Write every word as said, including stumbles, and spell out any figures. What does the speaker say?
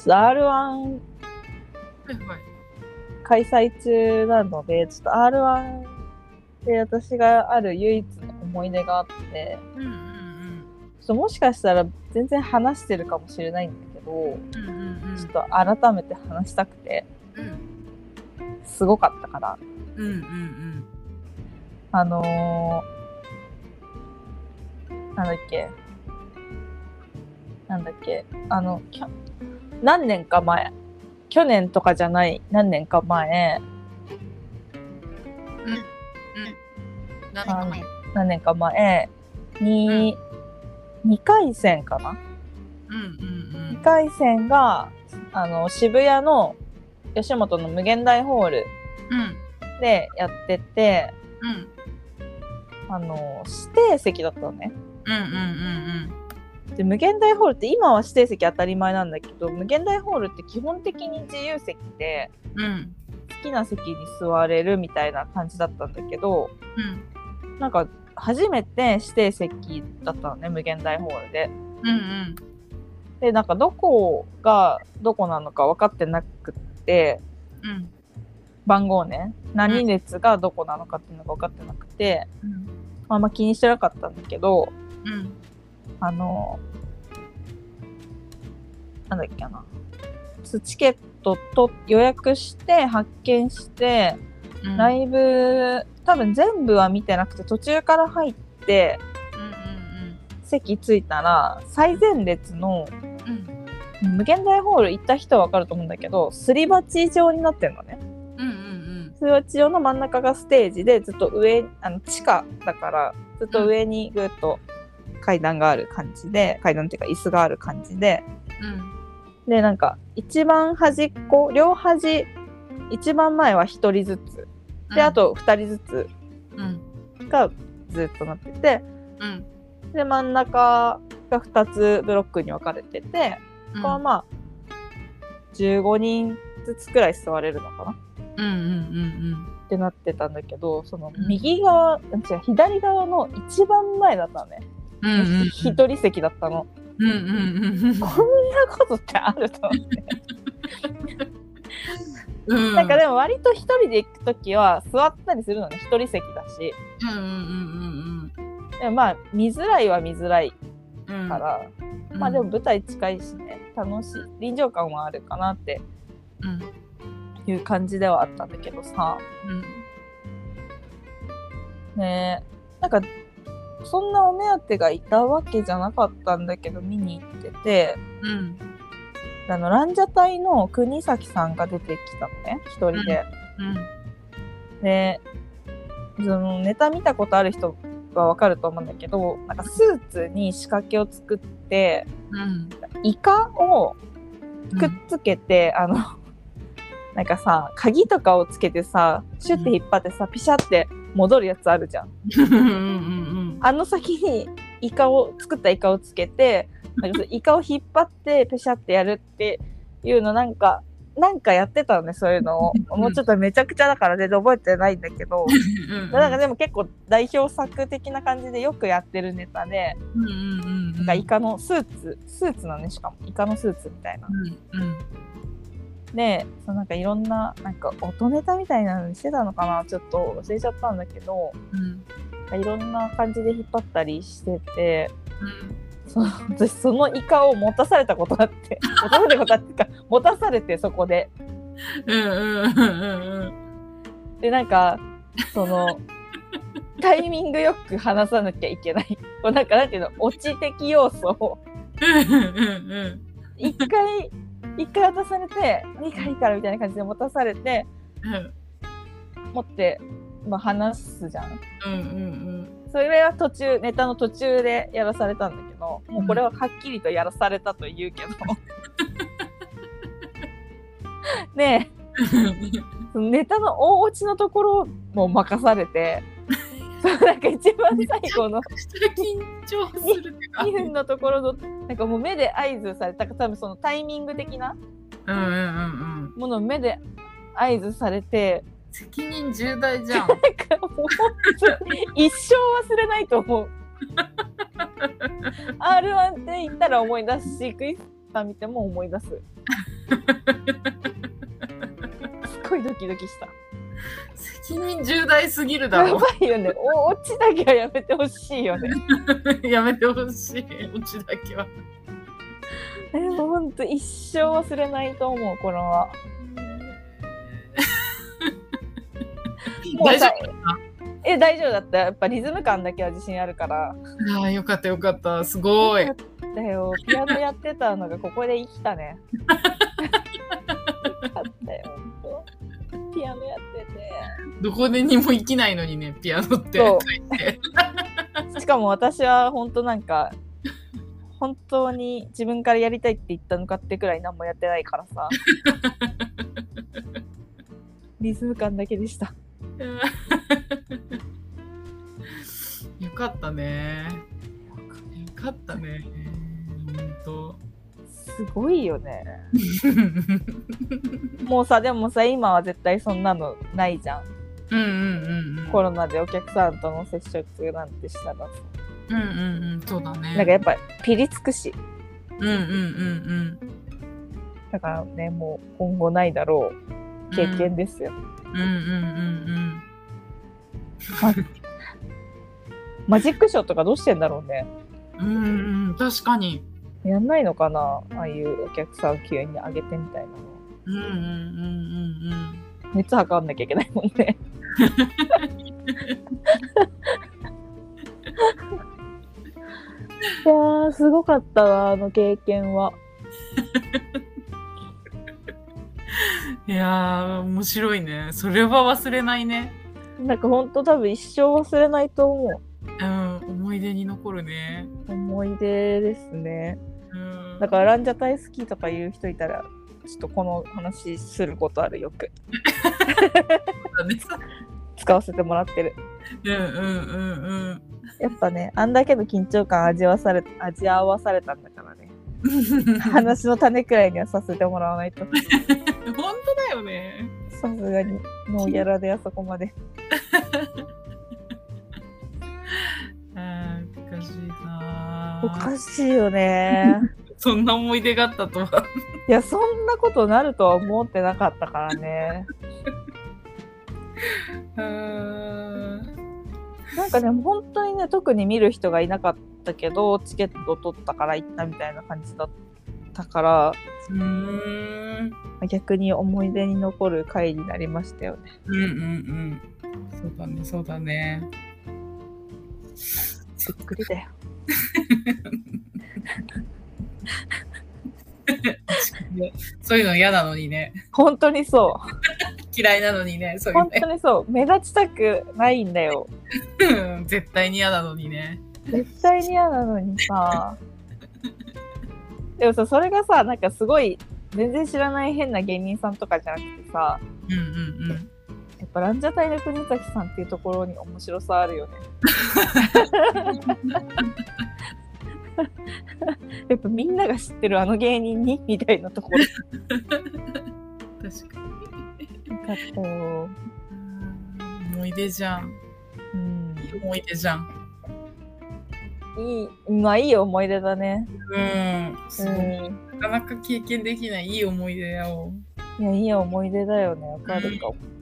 っと アールワンはいはい。 開催中なので、ちょっと アールワン で私がある唯一の思い出があって、 うんうんうん。 ちょっともしかしたら全然話してるかもしれないんだけど、 うんうんうん。 ちょっと改めて話したくて、 うん。 すごかったから。 うんうんうん。 あのー、なんだっけなんだっけあの、きょ何年か前、去年とかじゃない何年か前、 うんうん。何年か前。 何年か前に、うん、にかい戦かな、 うんうんうん、 にかい戦があの渋谷の吉本の無限大ホールでやってて、 うん、 あの指定席だったのね。 うんうんうんうん、 で無限大ホールって今は指定席当たり前なんだけど、無限大ホールって基本的に自由席で、 うん、 好きな席に座れるみたいな感じだったんだけど、 うん、 なんか初めて指定席だったのね、無限大ホールで。 うんうん、 でなんかどこがどこなのか分かってなくって、 うん、 番号ね、何列がどこなのかっていうのが分かってなくて、うん、あんま気にしてなかったんだけど、 うん、 あのなんだっけな、チケットと予約して発券して、うん、ライブ多分全部は見てなくて途中から入って、うんうんうん、席着いたら最前列の、うん、無限大ホール行った人は分かると思うんだけど、すり鉢状になってるのね、うんうんうん、すり鉢状の真ん中がステージで、ずっと上、あの地下だからずっと上にぐっと階段がある感じで、階段っていうか椅子がある感じで、うん、でなんか一番端っこ、両端一番前は一人ずつで、あと二人ずつがずっとなってて、うん、で真ん中がふたつブロックに分かれてて、ここはまあじゅうごにんずつくらい座れるのかな、うんうんうんうん、ってなってたんだけど、その右側、うん、違う左側の一番前だったのね、うんうんうん、一人席だったの、うんうんうん、こんなことってあると思ってうん、なんかでも割と一人で行くときは座ったりするのね、一人席だし、うんうんうんうん、でもまあ見づらいは見づらいから、うん、まあでも舞台近いしね、楽しい、臨場感はあるかなっていう感じではあったんだけどさ、うん、ねえ、なんかそんなお目当てがいたわけじゃなかったんだけど見に行ってて、うん、あのランジャタイの国崎さんが出てきたのね、一人で、うんうん、でそのネタ見たことある人はわかると思うんだけど、なんかスーツに仕掛けを作って、うん、イカをくっつけて、うん、あのなんかさ、鍵とかをつけてさ、シュッて引っ張ってさ、ピシャって戻るやつあるじゃんうんうん、うん、あの先にイカを作ったイカをつけて、なんかイカを引っ張ってペシャってやるっていうの、なんかなんかやってたのね、そういうのをもうちょっとめちゃくちゃだから全然覚えてないんだけどうん、なんかでも結構代表作的な感じでよくやってるネタで、うんうんうん、なんかイカのスーツスーツなのね、しかもイカのスーツみたいな、うんうん、でそのなんかいろんななんか音ネタみたいなのにしてたのかな、ちょっと忘れちゃったんだけど、うん、いろんな感じで引っ張ったりしてて、うん、そ私そのイカを持たされたことあって持たされたことあってか持たされて、そこでうんうんうんうんで、なんかそのタイミングよく話さなきゃいけないこうなんかなんていうの、オチ的要素を一回一回渡されて、いいからいいからみたいな感じで持たされて、うん、持って、まあ、話すじゃん、うんうんうん、それは途中、ネタの途中でやらされたんだけど、もうこれははっきりとやらされたと言うけど、うん、でネタの大落ちのところも任されてなんか一番最後の緊張するにふんのところのなんかもう目で合図されたから、多分そのタイミング的なものを目で合図されて、 責任重大じゃん。 なんかもう一生忘れないと思うアールワン って言ったら思い出すし、クイズさん見ても思い出すすごいドキドキした。 責任重大すぎるだやろ。 ばいよね。おオチだけはやめてほしいよね。 やめてほしい。オチだけは。 えもうほんと一生忘れないと思うこれは。もう大丈さえ大丈夫だった。やっぱリズム感だけは自信あるから。 夫？ああ、よかったよかった。すごい。 よかったよ。ピアノやってたのがここで生きたね。よかったよ。ほんとピアノやってて。 どこでにも生きないのにね、ピアノってそう書いて。 しかも私は本当なんか本当に自分からやりたいって言ったのかってくらい何もやってないからさ。リズム感だけでした。 よかったね。よかったね。本当。 すごいよね。もうさでもさ今は絶対そんなのないじゃん。 うんうんうんうん。 コロナでお客さんとの接触なんてしたらさ。 うんうんうん、そうだね。 なんかやっぱピリつくし。 うんうんうんだからねもう今後ないだろう経験ですよ。 うん。うんうんうんまマジックショーとかどうしてんだろうね。 うん。うんうん、確かに。 やんないのかなああいうお客さん急に上げてみたいなの。 うんうんうんうんうん。 熱測んなきゃいけないもんね。いやーすごかったわあの経験は。 いやー面白いね。それは忘れないね。 なんかほんと多分一生忘れないと思うん、思い出に残るね。 う。思い出ですね。 うん。 だからランジャタイ好きとか言う人いたらちょっとこの話することあるよく。使わせてもらってる。 うんうんうんうん。 やっぱねあんだけの緊張感味わわされ味合わされたんだからね。話の種くらいにはさせてもらわないと。 本当だよね。 さすがにノーギャラであそこまで。 あーおかしいな。 おかしいよね。 そんな思い出があったとは。 いやそんなことなるとは思ってなかったからね。 あーなんかね本当にね特に見る人がいなかったけどチケットを取ったから行ったみたいな感じだったからうーん逆に思い出に残る回になりましたよね。 うんうんうん。そうだねそうだね。 びっくりだよ。 そういうの嫌なのにね。 本当にそう。 嫌いなのにね。そういう本当にそう。目立ちたくないんだよ。 ね。絶対に嫌なのにね。 絶対に嫌なのにさ。でもさ、それがさ、なんかすごい全然知らない変な芸人さんとかじゃなくてさ、 うんうんうん。 やっぱランジャタイの国崎さんっていうところに面白さあるよね。やっぱみんなが知ってるあの芸人にみたいなところ。 確かに。 よかったよ。 思い出じゃん。 うん。 いい思い出じゃん。 いい、まあいい思い出だね。 うん。すごい。 うん。 なかなか経験できないいい思い出やを。 いや、いい思い出だよね。わかるかも。